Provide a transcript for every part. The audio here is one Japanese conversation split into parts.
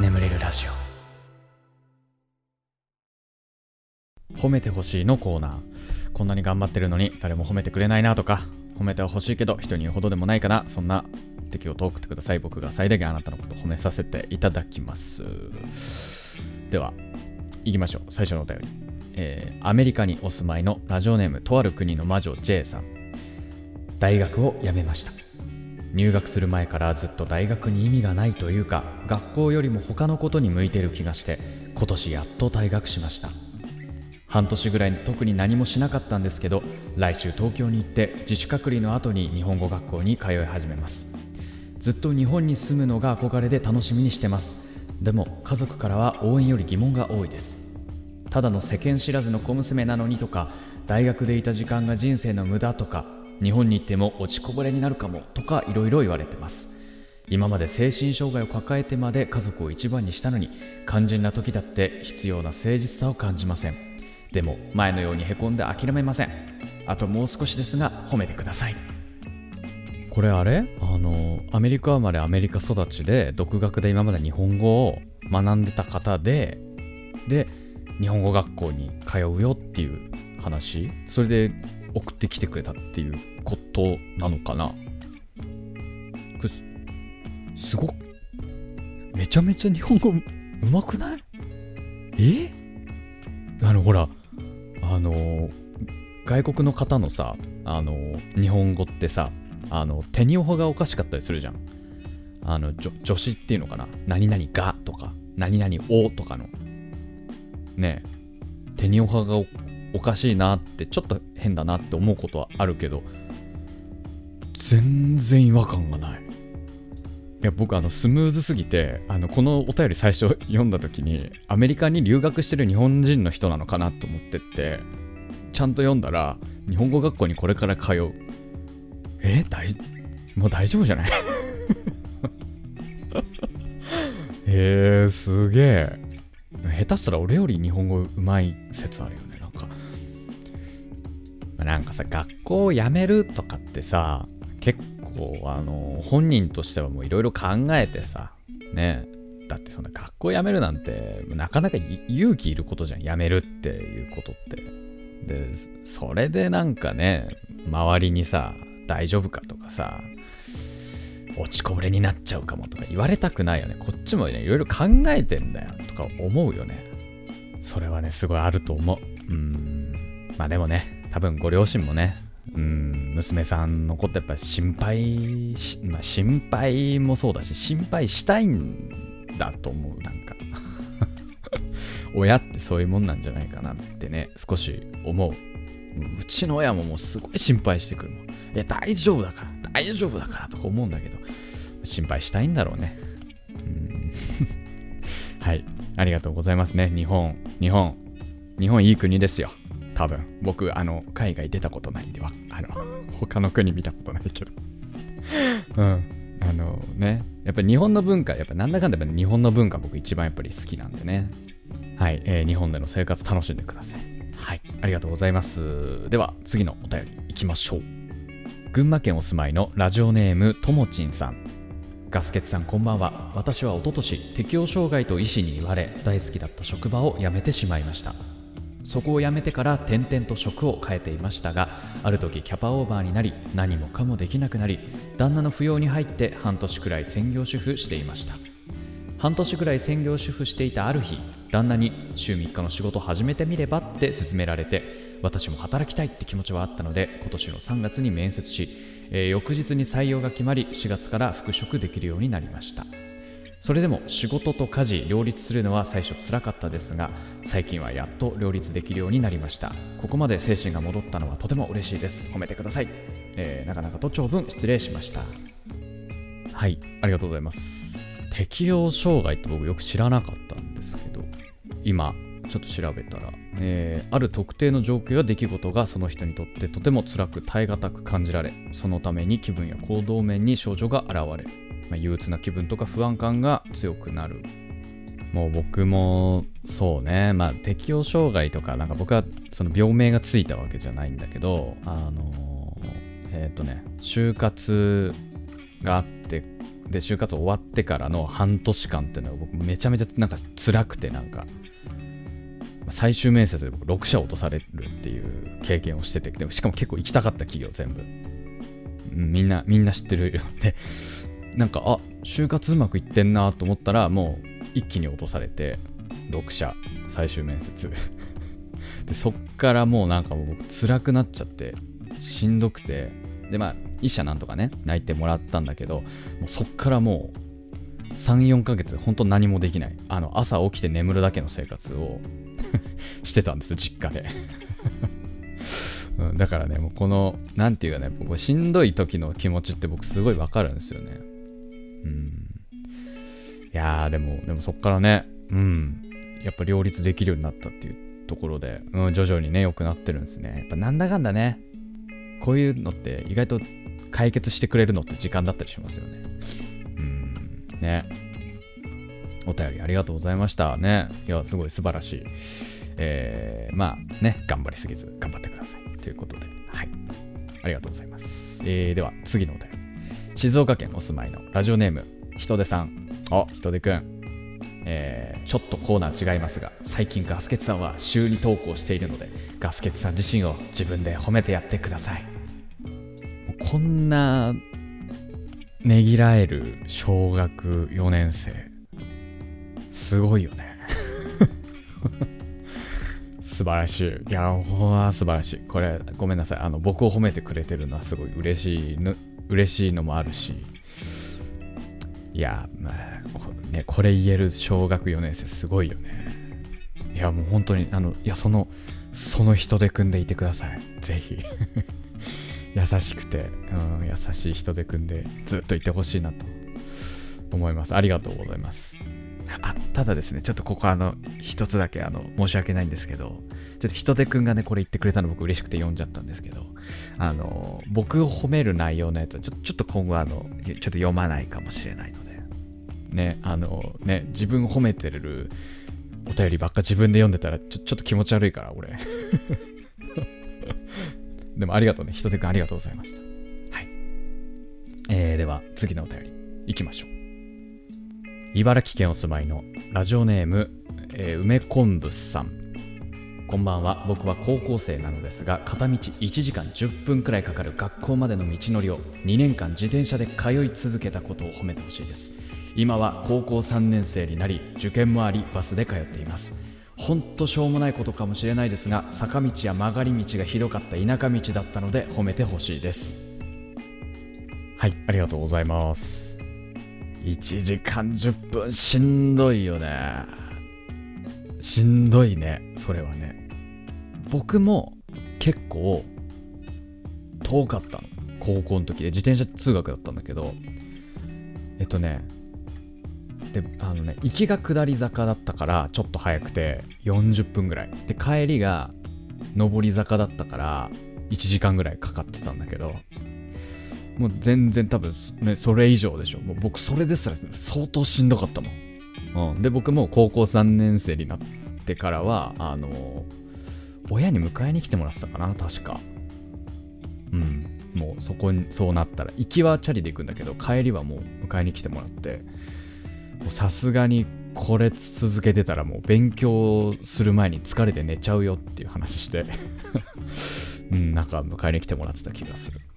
眠れるラジオ。褒めてほしいのコーナー。こんなに頑張ってるのに誰も褒めてくれないなとか、褒めてほしいけど人に言うほどでもないかな、そんな敵をと送ってください。僕が最大限あなたのことを褒めさせていただきます。では行きましょう。最初のお便り、アメリカにお住まいのラジオネームとある国の魔女 J さん。大学を辞めました。入学する前からずっと大学に意味がないというか、学校よりも他のことに向いてる気がして、今年やっと退学しました。半年ぐらい特に何もしなかったんですけど、来週東京に行って自主隔離の後に日本語学校に通い始めます。ずっと日本に住むのが憧れで楽しみにしてます。でも家族からは応援より疑問が多いです。ただの世間知らずの小娘なのにとか、大学でいた時間が人生の無駄とか、日本に行っても落ちこぼれになるかもとかいろいろ言われてます。今まで精神障害を抱えてまで家族を一番にしたのに、肝心な時だって必要な誠実さを感じません。でも前のようにへこんで諦めません。あともう少しですが褒めてください。これあれアメリカ生まれアメリカ育ちで、独学で今まで日本語を学んでた方で日本語学校に通うよっていう話、それで送ってきてくれたっていうことなのかな。すごっ、めちゃめちゃ日本語うまくない？ほら外国の方のさ、日本語ってさ、手におはがおかしかったりするじゃん。助詞っていうのかな、何々がとか何々をとかのね、手におはがおかしいなって、ちょっと変だなって思うことはあるけど、全然違和感がない。いや、僕スムーズすぎて、このお便り最初読んだ時にアメリカに留学してる日本人の人なのかなと思ってって、ちゃんと読んだら日本語学校にこれから通う。もう大丈夫じゃない？すげえ。下手したら俺より日本語うまい説あるよね。なんかさ、学校を辞めるとかってさ、結構本人としてはもういろいろ考えてさね。だってそんな学校辞めるなんてなかなか勇気いることじゃん、辞めるっていうことって。でそれでなんかね、周りにさ大丈夫かとかさ、落ちこぼれになっちゃうかもとか言われたくないよね。こっちもねいろいろ考えてんだよとか思うよね。それはねすごいあると思う。まあでもね、多分ご両親もね、娘さんのことやっぱ心配心配もそうだし、心配したいんだと思う。なんか親ってそういうもんなんじゃないかなってね、少し思う。うちの親ももうすごい心配してくるもん。いや大丈夫だからとか思うんだけど、心配したいんだろうね。はい、ありがとうございますね。日本いい国ですよ。多分僕海外出たことないんで他の国見たことないけどね、やっぱり日本の文化、やっぱなんだかんだ日本の文化僕一番やっぱり好きなんでね。はい、日本での生活楽しんでください。はい、ありがとうございます。では次のお便りいきましょう。群馬県お住まいのラジオネームともちんさん。ガスケツさんこんばんは。私は一昨年適応障害と医師に言われ、大好きだった職場を辞めてしまいました。そこを辞めてから転々と職を変えていましたが、ある時キャパオーバーになり、何もかもできなくなり、旦那の扶養に入って半年くらい専業主婦していました。半年くらい専業主婦していたある日、旦那に週3日の仕事始めてみればって勧められて、私も働きたいって気持ちはあったので、今年の3月に面接し、翌日に採用が決まり、4月から復職できるようになりました。それでも仕事と家事両立するのは最初辛かったですが、最近はやっと両立できるようになりました。ここまで精神が戻ったのはとても嬉しいです。褒めてください。なかなかと長文失礼しました。はい、ありがとうございます。適応障害って僕よく知らなかったんですけど、今ちょっと調べたら、ある特定の状況や出来事がその人にとってとても辛く耐え難く感じられ、そのために気分や行動面に症状が現れる。憂鬱な気分とか不安感が強くなる。もう僕もそうね、適応障害とか、なんか僕はその病名がついたわけじゃないんだけど、就活があってで就活終わってからの半年間っていうのは僕めちゃめちゃなんか辛くて、なんか最終面接で僕6社落とされるっていう経験をしてて、でもしかも結構行きたかった企業全部、みんな知ってるよで、なんか就活うまくいってんなと思ったらもう一気に落とされて6社最終面接でそっからもうなんかもう僕辛くなっちゃってしんどくて、で1社なんとかね泣いてもらったんだけど、もうそっからもう 3,4 ヶ月本当何もできない、朝起きて眠るだけの生活をしてたんです実家でだからね、もうこのなんていうかね、僕しんどい時の気持ちって僕すごいわかるんですよね。いやーでもそっからね、やっぱ両立できるようになったっていうところで、徐々にね良くなってるんですね。やっぱなんだかんだね、こういうのって意外と解決してくれるのって時間だったりしますよね。ね、お便りありがとうございましたね。いやすごい素晴らしい。まあね、頑張りすぎず頑張ってくださいということで、はい、ありがとうございます。では次のお便り、静岡県お住まいのラジオネームひとでさん。ひとでくん、ちょっとコーナー違いますが、最近ガスケツさんは週に投稿しているので、ガスケツさん自身を自分で褒めてやってください。こんなねぎらえる小学4年生すごいよね素晴らしい。いや素晴らしい。これごめんなさい、僕を褒めてくれてるのはすごい嬉しいのもあるし、いやこれ言える小学4年生すごいよね。いやもう本当にいやその人で組んでいてください、ぜひ優しくて、優しい人で組んでずっといてほしいなと思います。ありがとうございます。ただですね、ちょっとここ一つだけ申し訳ないんですけど、ちょっとひとでくんがねこれ言ってくれたの僕嬉しくて読んじゃったんですけど、僕を褒める内容のやつはちょっと今後ちょっと読まないかもしれないのでね、自分を褒めてるお便りばっか自分で読んでたらちょっと気持ち悪いから俺でもありがとうね、ひとでくんありがとうございました。はい、では次のお便り行きましょう。茨城県お住まいのラジオネーム、梅昆布さん。こんばんは。僕は高校生なのですが、片道1時間10分くらいかかる学校までの道のりを2年間自転車で通い続けたことを褒めてほしいです。今は高校3年生になり、受験もありバスで通っています。ほんとしょうもないことかもしれないですが、坂道や曲がり道がひどかった田舎道だったので褒めてほしいです。はい、ありがとうございます。1時間10分しんどいよね。しんどいね、それはね。僕も結構遠かったの、高校の時で。自転車通学だったんだけど、で行きが下り坂だったからちょっと早くて40分ぐらいで、帰りが上り坂だったから1時間ぐらいかかってたんだけど、もう全然多分ねそれ以上でしょ。もう僕それですら相当しんどかったもん。で僕も高校3年生になってからは親に迎えに来てもらってたかな、確か。もうそうなったら行きはチャリで行くんだけど、帰りはもう迎えに来てもらって、さすがにこれ続けてたらもう勉強する前に疲れて寝ちゃうよっていう話してなんか迎えに来てもらってた気がする。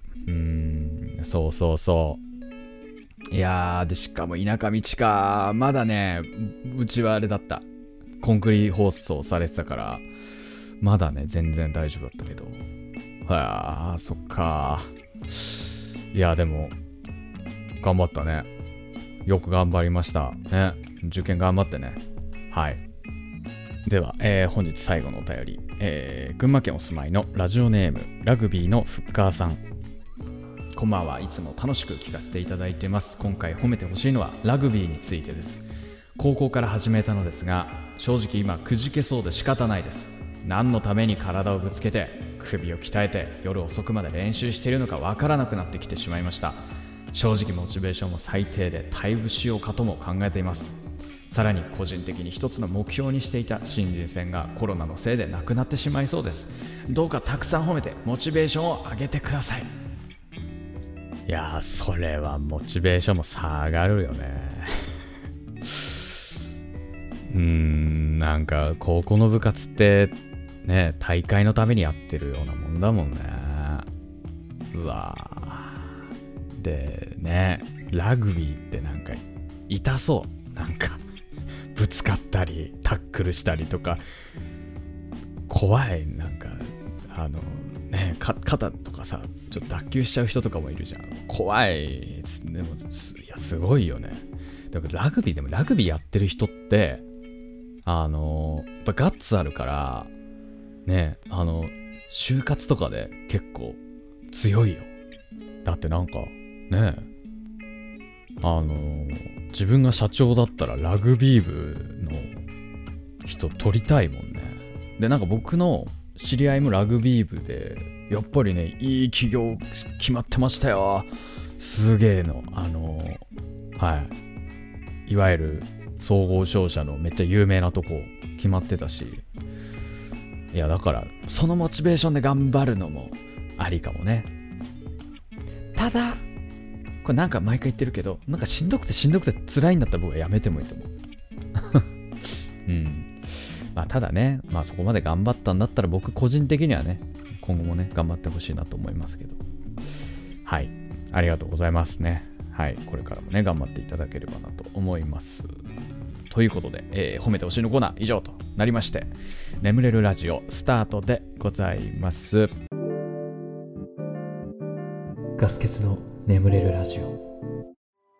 そういやー、でしかも田舎道か。まだね、うちはあれだった、コンクリ包装されてたからまだね全然大丈夫だったけど、そっか。いやでも頑張ったね。よく頑張りましたね。受験頑張ってね。はい。では、本日最後のお便り、群馬県お住まいのラジオネームラグビーのフッカーさん。こんばんは。いつも楽しく聞かせていただいています。今回褒めてほしいのはラグビーについてです。高校から始めたのですが、正直今くじけそうで仕方ないです。何のために体をぶつけて首を鍛えて夜遅くまで練習しているのかわからなくなってきてしまいました。正直モチベーションも最低で退部しようかとも考えています。さらに個人的に一つの目標にしていた新人戦がコロナのせいでなくなってしまいそうです。どうかたくさん褒めてモチベーションを上げてください。 いやー、それはモチベーションも下がるよね。なんか高校の部活ってね、大会のためにやってるようなもんだもんね。うわー。でね、ラグビーってなんか痛そう。なんかぶつかったりタックルしたりとか怖い。なんかね、肩とかさ、ちょっと脱臼しちゃう人とかもいるじゃん。怖い。でもいや、すごいよね。だからラグビーやってる人ってやっぱガッツあるからね、就活とかで結構強いよ。だってなんかね、自分が社長だったらラグビー部の人取りたいもんね。で、なんか僕の知り合いもラグビー部でやっぱりね、いい企業決まってましたよ。すげえのいわゆる総合商社のめっちゃ有名なとこ決まってたし、いやだからそのモチベーションで頑張るのもありかもね。ただこれなんか毎回言ってるけど、なんかしんどくて辛いんだったら僕はやめてもいいと思う。まあただね、まあそこまで頑張ったんだったら僕個人的にはね、今後もね頑張ってほしいなと思いますけど、はい、ありがとうございますね。はい、これからもね頑張っていただければなと思います。ということで、褒めてほしいのコーナー以上となりまして、眠れるラジオスタートでございます。ガス欠の眠れるラジオ。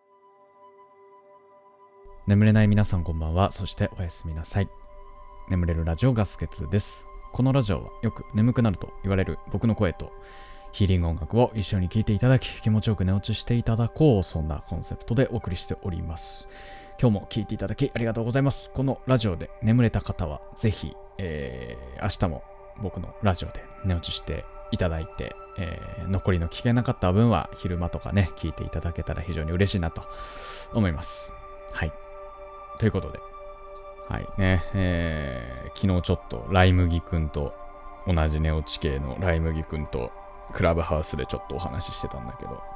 眠れない皆さんこんばんは。そしておやすみなさい。眠れるラジオガス欠です。このラジオはよく眠くなると言われる僕の声とヒーリング音楽を一緒に聴いていただき、気持ちよく寝落ちしていただこう、そんなコンセプトでお送りしております。今日も聴いていただきありがとうございます。このラジオで眠れた方はぜひ、明日も僕のラジオで寝落ちしていただいて、残りの聞けなかった分は昼間とかね聞いていただけたら非常に嬉しいなと思います。はい、ということで、はいね、昨日ちょっとライ麦くんと同じ寝落ち系のライ麦くんとクラブハウスでちょっとお話ししてたんだけど、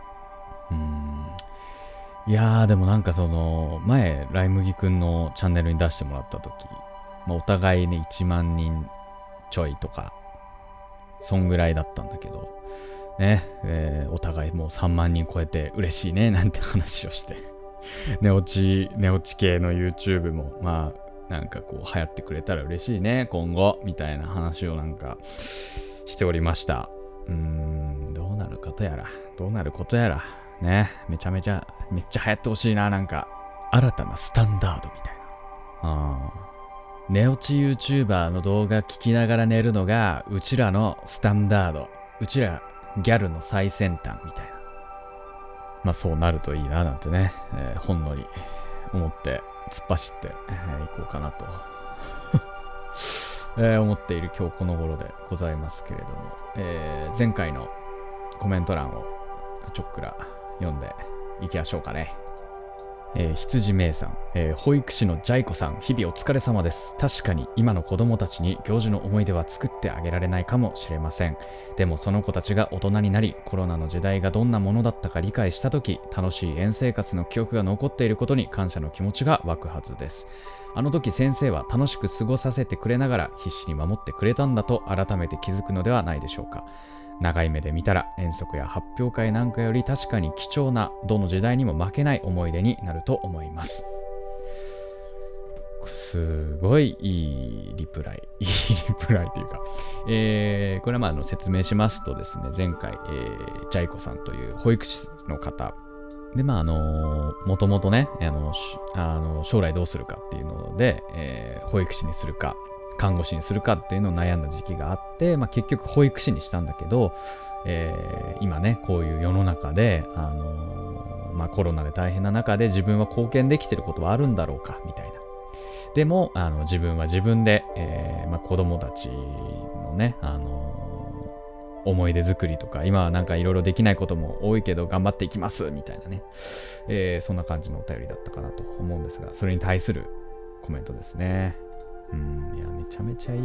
いやーでもなんかその前ライ麦くんのチャンネルに出してもらった時、お互いね1万人ちょいとかそんぐらいだったんだけどね、お互いもう3万人超えて嬉しいねなんて話をして寝落ち系の YouTube もまあなんかこう流行ってくれたら嬉しいね今後みたいな話をなんかしておりました。どうなることやらね、めっちゃ流行ってほしいな。なんか新たなスタンダードみたいな。寝落ち YouTuber の動画聞きながら寝るのがうちらのスタンダード、うちらギャルの最先端みたいな。まあそうなるといいななんてね、ほんのり思って突っ走って、いこうかなと思っている今日この頃でございますけれども、前回のコメント欄をちょっくら読んでいきましょうかね。羊めいさん、保育士のジャイコさん、日々お疲れ様です。確かに今の子供たちに行事の思い出は作ってあげられないかもしれません。でもその子たちが大人になり、コロナの時代がどんなものだったか理解したとき、楽しい園生活の記憶が残っていることに感謝の気持ちが湧くはずです。あの時先生は楽しく過ごさせてくれながら必死に守ってくれたんだと改めて気づくのではないでしょうか。長い目で見たら遠足や発表会なんかより確かに貴重な、どの時代にも負けない思い出になると思います。すごいいいリプライというか、これは説明しますとですね、前回、ジャイコさんという保育士の方で、もともとね、将来どうするかっていうので、保育士にするか看護師にするかっていうのを悩んだ時期があって、結局保育士にしたんだけど、今ねこういう世の中で、コロナで大変な中で自分は貢献できてることはあるんだろうかみたいな。でも自分は自分で、子供たちのね、思い出作りとか、今はなんかいろいろできないことも多いけど頑張っていきますみたいなね、そんな感じのお便りだったかなと思うんですが、それに対するコメントですね。いやめちゃめちゃいい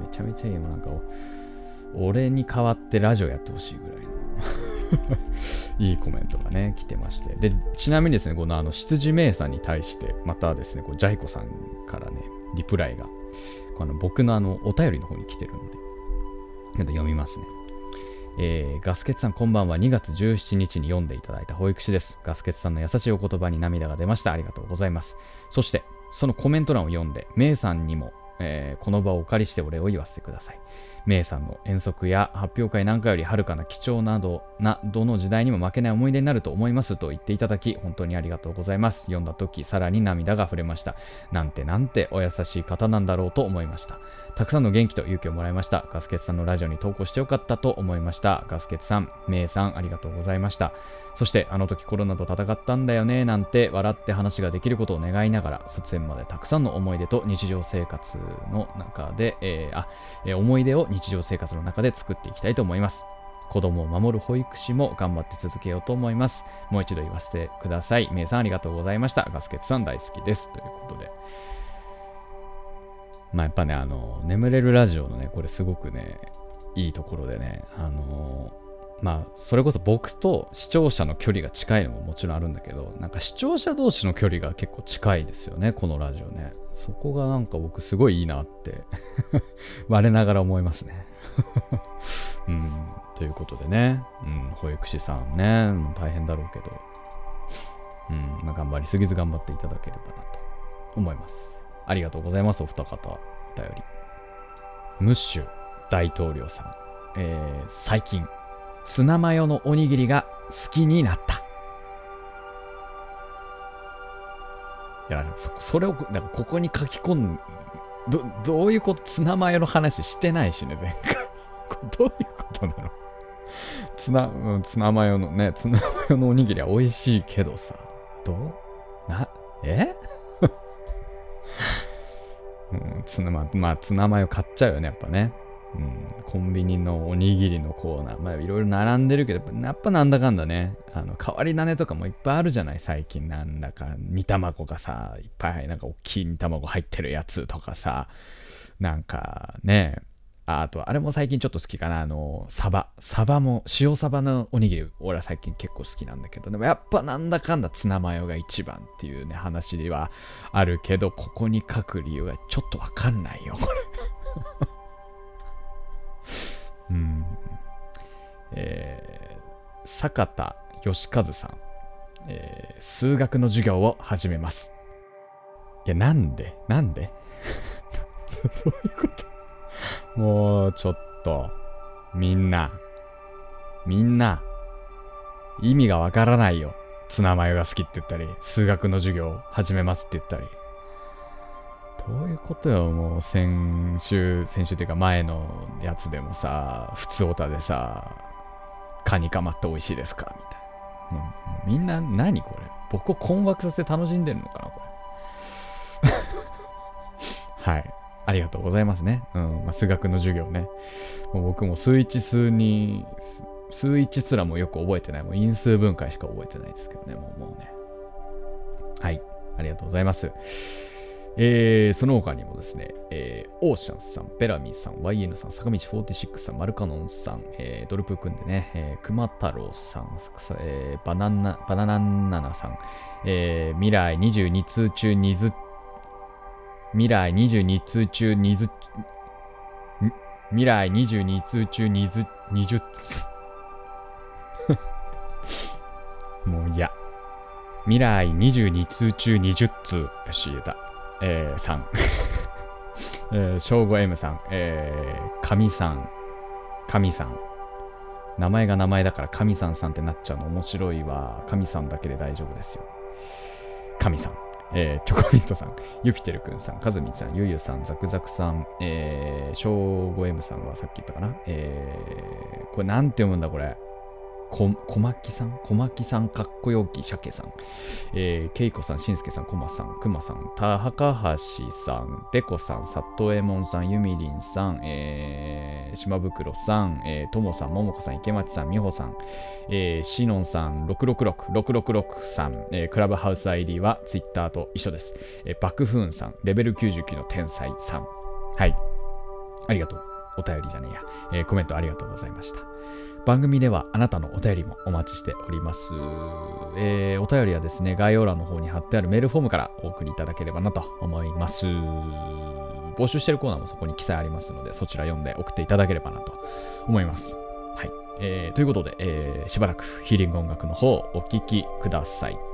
なんか俺に代わってラジオやってほしいぐらいのいいコメントがね来てまして、でちなみにですね、この羊名さんに対してまたですね、こうジャイコさんからねリプライが僕のお便りの方に来てるのでちょっと読みますね。ガスケツさんこんばんは。2月17日に読んでいただいた保育士です。ガスケツさんの優しいお言葉に涙が出ました。ありがとうございます。そしてそのコメント欄を読んでメイさんにも、この場をお借りしてお礼を言わせてください。メイさんの遠足や発表会なんかよりはるかな貴重などの時代にも負けない思い出になると思いますと言っていただき本当にありがとうございます。読んだ時さらに涙が溢れました。なんてお優しい方なんだろうと思いました。たくさんの元気と勇気をもらいました。ガスケツさんのラジオに投稿してよかったと思いました。ガスケツさん、メイさんありがとうございました。そしてあの時コロナと戦ったんだよねなんて笑って話ができることを願いながら卒園までたくさんの思い出と日常生活の中で、思い出を日常生活の中で作っていきたいと思います。子供を守る保育士も頑張って続けようと思います。もう一度言わせてください。メイさんありがとうございました。ガスケツさん大好きですということで、やっぱね眠れるラジオのねこれすごくねいいところでねそれこそ僕と視聴者の距離が近いのももちろんあるんだけど、なんか視聴者同士の距離が結構近いですよね、このラジオね。そこがなんか僕すごいいいなって我ながら思いますねということでね、保育士さんねもう大変だろうけど、頑張りすぎず頑張っていただければなと思います。ありがとうございます。お二方お便り。ムッシュ大統領さん、最近ツナマヨのおにぎりが好きになった。いやそれをなんかここに書き込んどういうこと。ツナマヨの話してないしね前回どういうことなの。ツナマヨのね、ツナマヨのおにぎりは美味しいけどさ、ツナマヨ買っちゃうよねやっぱね。コンビニのおにぎりのコーナーいろいろ並んでるけどやっぱなんだかんだね変わり種とかもいっぱいあるじゃない最近。なんだか煮卵がさいっぱいなんか大きい煮卵入ってるやつとかさ、なんかね、あとあれも最近ちょっと好きかな、サバも塩サバのおにぎり俺は最近結構好きなんだけど、でもやっぱなんだかんだツナマヨが一番っていうね話ではあるけど、ここに書く理由はちょっとわかんないよこれ坂田義和さん、数学の授業を始めます。いやなんでどういうこともうちょっとみんな意味がわからないよ。ツナマヨが好きって言ったり数学の授業を始めますって言ったり、どういうことよ。もう先週というか前のやつでもさ、普通オタでさ、カニカマって美味しいですかみたいな。もうみんな何これ、僕を困惑させて楽しんでるのかなこれはい、ありがとうございますね。数学の授業ね、もう僕も数1すらもよく覚えてない。もう因数分解しか覚えてないですけどね。もうね。はい、ありがとうございます。その他にもですね、オーシャンさん、ベラミーさん、YN さん、坂道46さん、マルカノンさん、ドルプくんでね、熊太郎さん、バナナナさん、未来22通中2ず未来22通中2ず未来22通中20つもういや、未来22通中20通よし言えた。さん正吾 M さん、神さん名前が名前だから神さんってなっちゃうの面白いわ。神さんだけで大丈夫ですよ。神さん、チョコミントさん、ユピテルくんさん、カズミさん、ゆゆさん、ザクザクさん、正吾 M さんはさっき言ったかな。これなんて読むんだこれ。小牧さん、かっこよき鮭さん、けいこさん、しんすけさん、こまさん、くまさん、高橋さん、でこさん、さとえもんさん、ゆみりんさん、島袋さん、ともさん、ももこさん、池町さん、みほさん、しのんさん、666さん、クラブハウス ID はツイッターと一緒です。バクフーンさん、レベル99の天才さん。はい。ありがとうお便りじゃねえや、コメントありがとうございました。番組ではあなたのお便りもお待ちしております。お便りはですね、概要欄の方に貼ってあるメールフォームからお送りいただければなと思います。募集してるコーナーもそこに記載ありますので、そちら読んで送っていただければなと思います。はい。ということで、しばらくヒーリング音楽の方をお聴きください。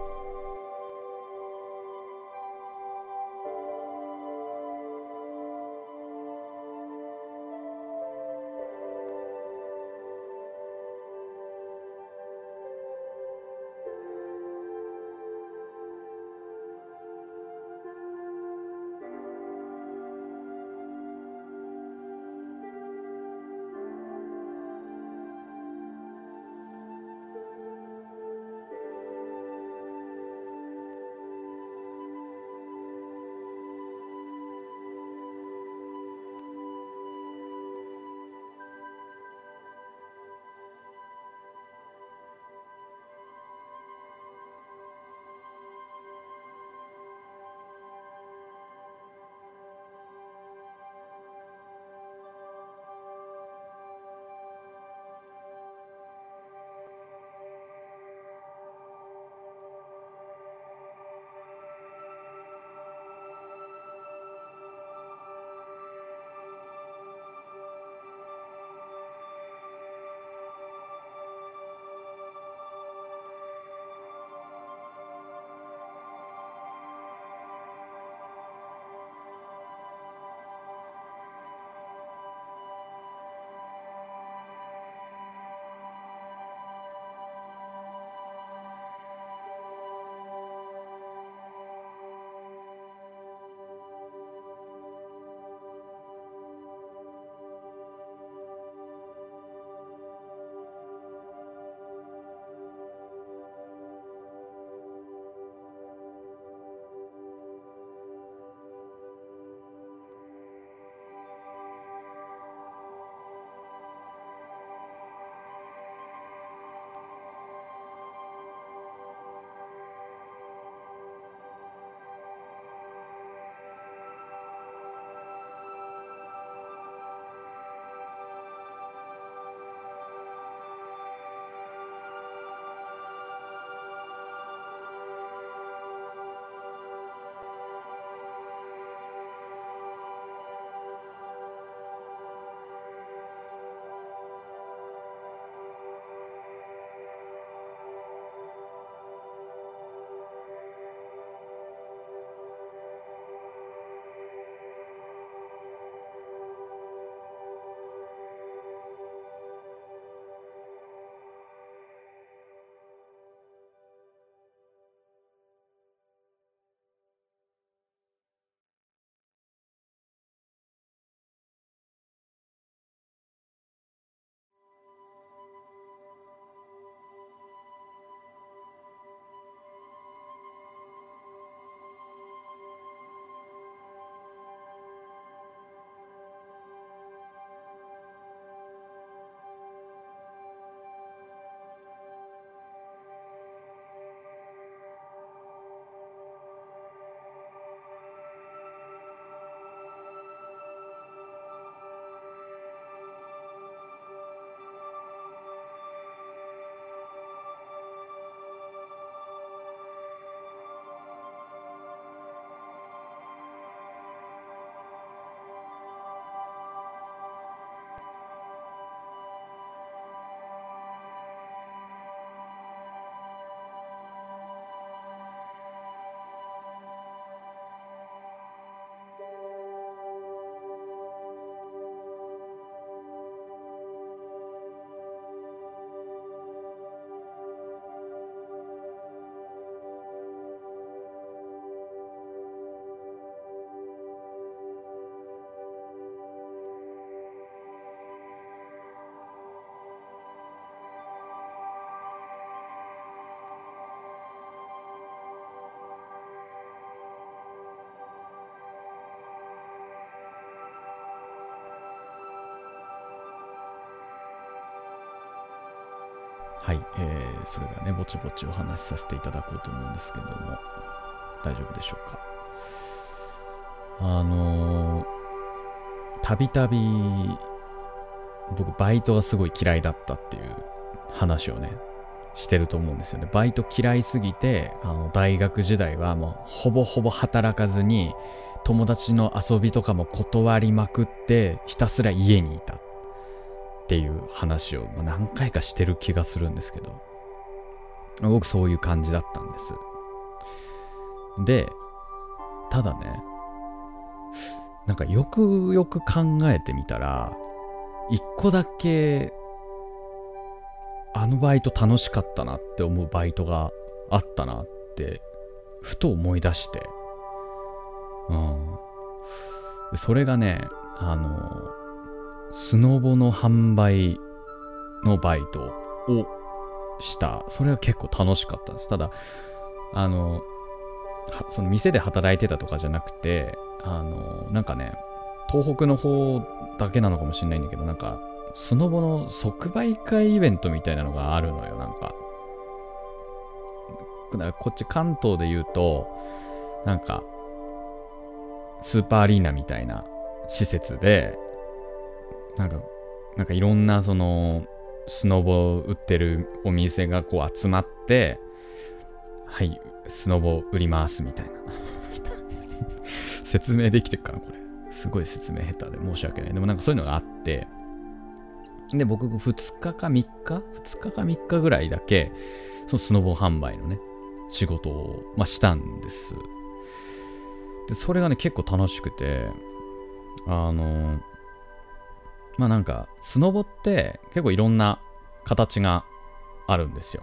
はい、それではね、ぼちぼちお話しさせていただこうと思うんですけども、大丈夫でしょうか。たびたび僕バイトがすごい嫌いだったっていう話をねしてると思うんですよね。バイト嫌いすぎて大学時代はもうほぼほぼ働かずに友達の遊びとかも断りまくってひたすら家にいたっていう話を何回かしてる気がするんですけど、僕そういう感じだったんです。でただね、なんかよくよく考えてみたら一個だけあのバイト楽しかったなって思うバイトがあったなってふと思い出して、でそれがねスノボの販売のバイトをした。それは結構楽しかったんです。ただその店で働いてたとかじゃなくてなんかね東北の方だけなのかもしれないんだけど、なんかスノボの即売会イベントみたいなのがあるのよ。なんかこっち関東で言うとなんかスーパーアリーナみたいな施設でなんかいろんなそのスノボ売ってるお店がこう集まって、はいスノボ売りますみたいな説明できてるかなこれ。すごい説明下手で申し訳ない。でもなんかそういうのがあって、で僕2日か3日ぐらいだけそのスノボ販売のね仕事を、したんです。でそれがね結構楽しくて、なんかスノボって結構いろんな形があるんですよ。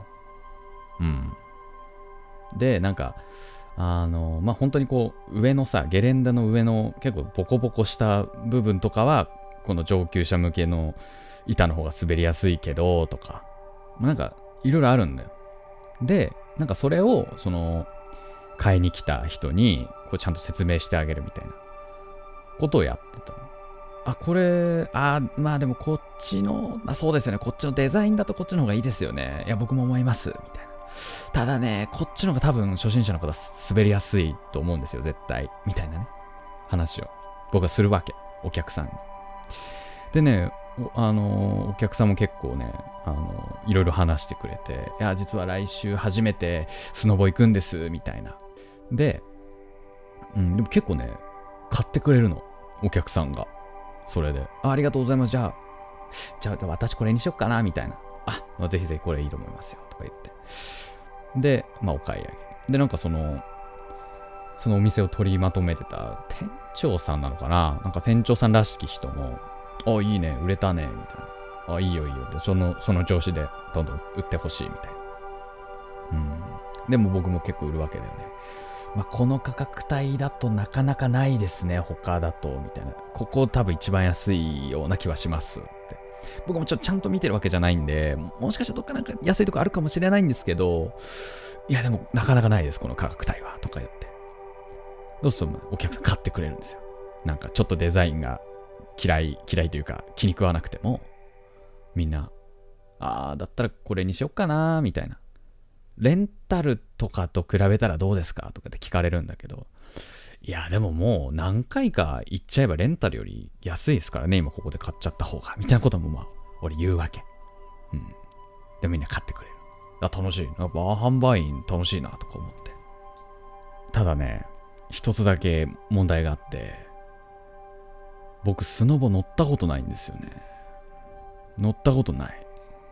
でなんか本当にこう上のさゲレンデの上の結構ボコボコした部分とかはこの上級者向けの板の方が滑りやすいけどとか、なんかいろいろあるんだよ。でなんかそれをその買いに来た人にこうちゃんと説明してあげるみたいなことをやってたの。これでもこっちのそうですよね、こっちのデザインだとこっちの方がいいですよね、いや僕も思いますみたいな。ただねこっちの方が多分初心者の方滑りやすいと思うんですよ絶対みたいなね話を僕はするわけ、お客さんに。でねお客さんも結構ねいろいろ話してくれて、いや実は来週初めてスノボ行くんですみたいな。ででも結構ね買ってくれるのお客さんが。それでありがとうございます、じゃあ私これにしよっかなみたいな、ぜひぜひこれいいと思いますよとか言って、でお買い上げで、なんかそのお店を取りまとめてた店長さんなのかな、なんか店長さんらしき人もいいね売れたねみたいな、いいよでその調子でどんどん売ってほしいみたいな。でも僕も結構売るわけだよね。この価格帯だとなかなかないですね他だとみたいな、ここ多分一番安いような気はしますって。僕もちゃんと見てるわけじゃないんで、もしかしたらどっかなんか安いとこあるかもしれないんですけど、いやでもなかなかないですこの価格帯はとか言って、そうするとお客さん買ってくれるんですよ。なんかちょっとデザインが嫌いというか気に食わなくてもみんなだったらこれにしよっかなみたいな、レンタルとかと比べたらどうですかとかって聞かれるんだけど、いやでももう何回か行っちゃえばレンタルより安いですからね今ここで買っちゃった方がみたいなことも俺言うわけ。でみんな買ってくれる。楽しい、販売員楽しいなとか思って。ただね一つだけ問題があって、僕スノボ乗ったことないんですよね。乗ったことない。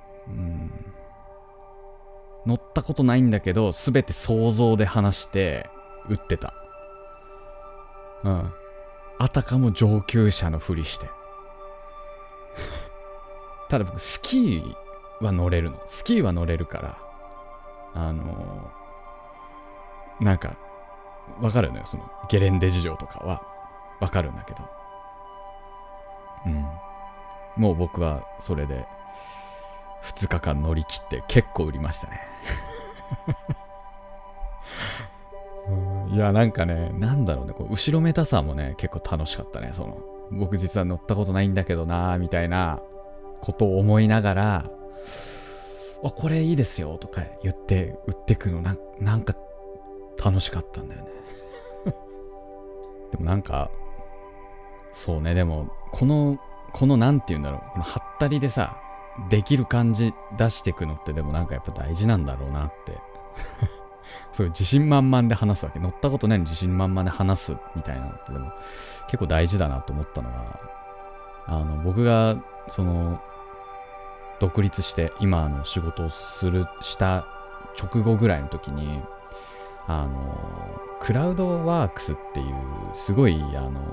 乗ったことないんだけど全て想像で話して売ってた。あたかも上級者のふりしてただ僕スキーは乗れるの。スキーは乗れるからなんかわかるのよ、そのゲレンデ事情とかはわかるんだけど、もう僕はそれで2日間乗り切って結構売りましたねいやなんかねなんだろうね、こう後ろめたさもね結構楽しかったね。その僕実は乗ったことないんだけどなみたいなことを思いながら、これいいですよとか言って売ってくのなんか楽しかったんだよねでもなんかそうね、でもこのこのなんて言うんだろう、このハッタリでさ、できる感じ出していくのってでもなんかやっぱ大事なんだろうなってそういう自信満々で話すわけ、乗ったことないのに自信満々で話すみたいなのってでも結構大事だなと思ったのは、僕がその独立して今仕事をした直後ぐらいの時にクラウドワークスっていうすごい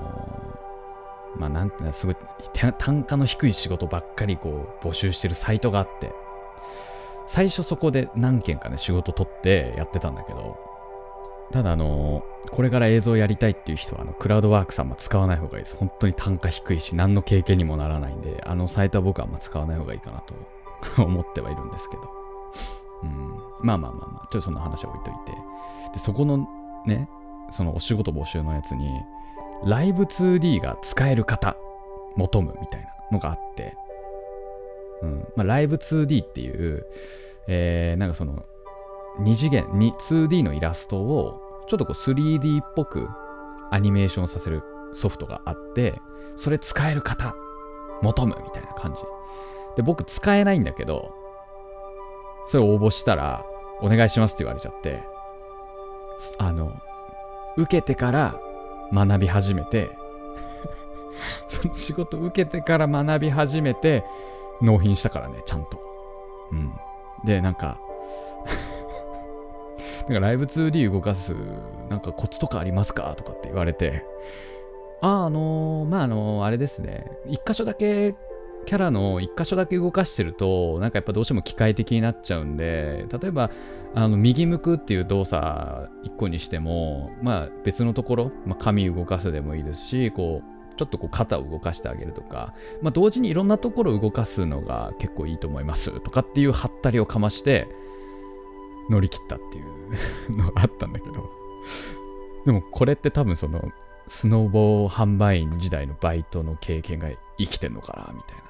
なんてすごい単価の低い仕事ばっかりこう募集してるサイトがあって、最初そこで何件かね仕事取ってやってたんだけど、ただこれから映像やりたいっていう人はクラウドワークスあんま使わない方がいいです。本当に単価低いし何の経験にもならないんで、サイトは僕はあんま使わない方がいいかなと思ってはいるんですけど、まあちょっとそんな話は置いといて、でそこのねそのお仕事募集のやつにライブ 2D が使える方求むみたいなのがあって、ライブ 2D っていう、なんかその2次元に 2D のイラストをちょっとこう 3D っぽくアニメーションさせるソフトがあって、それ使える方求むみたいな感じで、僕使えないんだけど、それを応募したらお願いしますって言われちゃって、受けてから学び始めてその仕事受けてから学び始めて納品したからね、ちゃんと。でなんかライブ 2D 動かすなんかコツとかありますかとかって言われて、あれですね、一箇所だけキャラの一箇所だけ動かしてるとなんかやっぱどうしても機械的になっちゃうんで、例えば右向くっていう動作一個にしても別のところ、髪動かすでもいいですし、こうちょっとこう肩を動かしてあげるとか、同時にいろんなところを動かすのが結構いいと思いますとかっていうハッタリをかまして乗り切ったっていうのがあったんだけど、でもこれって多分そのスノボー販売員時代のバイトの経験が生きてんのかなみたいな。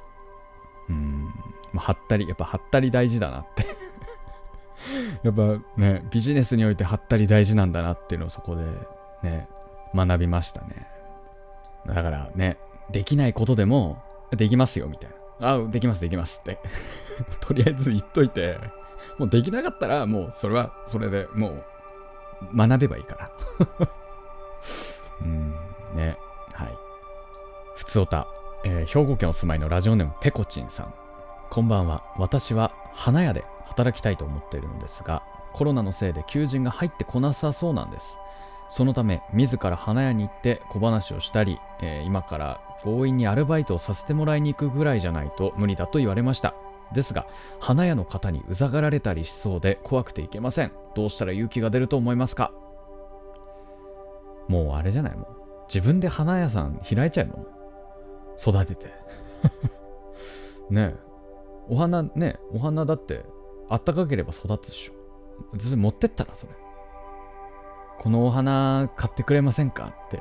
ハッタリ、やっぱハッタリ大事だなってやっぱね、ビジネスにおいてハッタリ大事なんだなっていうのをそこでね学びましたね。だからね、できないことでもできますよみたいな、できますってとりあえず言っといて、もうできなかったらもうそれはそれでもう学べばいいからね。はい。ふつおた、兵庫県お住まいのラジオネームペコチンさん、こんばんは。私は花屋で働きたいと思っているのですが、コロナのせいで求人が入ってこなさそうなんです。そのため自ら花屋に行って小話をしたり、今から強引にアルバイトをさせてもらいに行くぐらいじゃないと無理だと言われました。ですが花屋の方にうざがられたりしそうで怖くていけません。どうしたら勇気が出ると思いますか？もうあれじゃない、もう自分で花屋さん開いちゃえば、育ててねえ、お花だってあったかければ育つでしょ。それ持ってったら、それこのお花買ってくれませんかって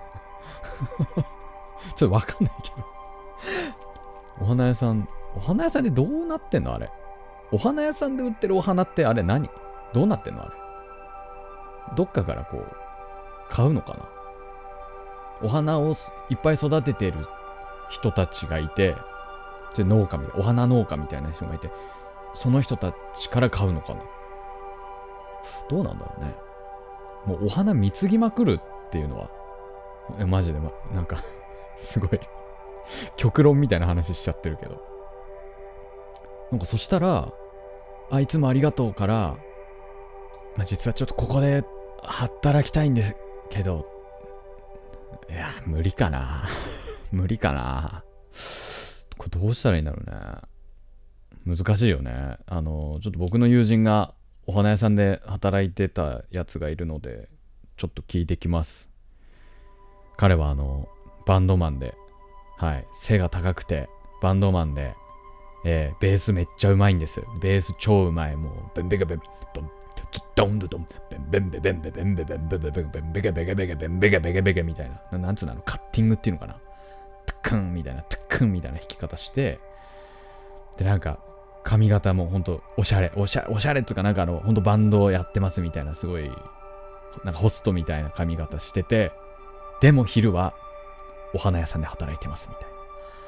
ちょっとわかんないけどお花屋さんでどうなってんのあれ。お花屋さんで売ってるお花ってあれ何どうなってんのあれ。どっかからこう買うのかな。お花をいっぱい育ててる人たちがいて、農家みたいな、お花農家みたいな人がいて、その人たちから買うのかな。どうなんだろうね。もうお花貢ぎまくるっていうのはマジでなんかすごい極論みたいな話しちゃってるけど、なんかそしたらいつもありがとうから、実はちょっとここで働きたいんですけど、いや無理かな無理かな。これどうしたらいいんだろうね。難しいよね。ちょっと僕の友人がお花屋さんで働いてたやつがいるのでちょっと聞いてきます。彼はバンドマンで、背が高くてバンドマンで、ベースめっちゃうまいんです。ベース超うまい。もうベンベガベンドンドンドンドンベンベベンベベンベベンベベベンベンベガベガベガベンベガベガベガみたいな、なんつうの、カッティングっていうのかな、トゥックンみたいなトゥックンみたいな弾き方して、でなんか髪型もほんとおしゃれっていうか、なんかほんとバンドをやってますみたいな、すごいなんかホストみたいな髪型してて、でも昼はお花屋さんで働いてますみたいな。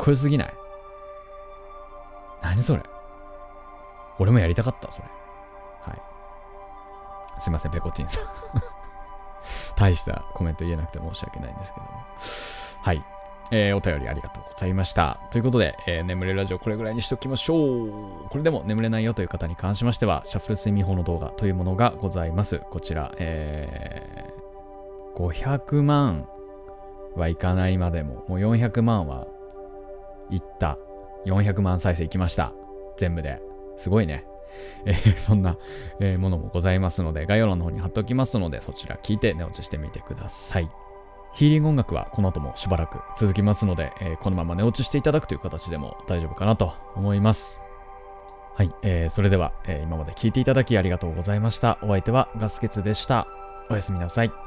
こよすぎない？何それ？俺もやりたかった、それ。はい。すいません、ペコチンさん。大したコメント言えなくて申し訳ないんですけども。はい。お便りありがとうございました。ということで、眠れるラジオこれぐらいにしておきましょう。これでも眠れないよという方に関しましては、シャッフル睡眠法の動画というものがございます。こちら、500万はいかないまでも、もう400万はいった。400万再生いきました。全部で。すごいね。そんな、ものもございますので、概要欄の方に貼っておきますので、そちら聞いて寝落ちしてみてください。ヒーリング音楽はこの後もしばらく続きますので、このまま寝落ちしていただくという形でも大丈夫かなと思います。はい、それでは、今まで聞いていただきありがとうございました。お相手はガスケツでした。おやすみなさい。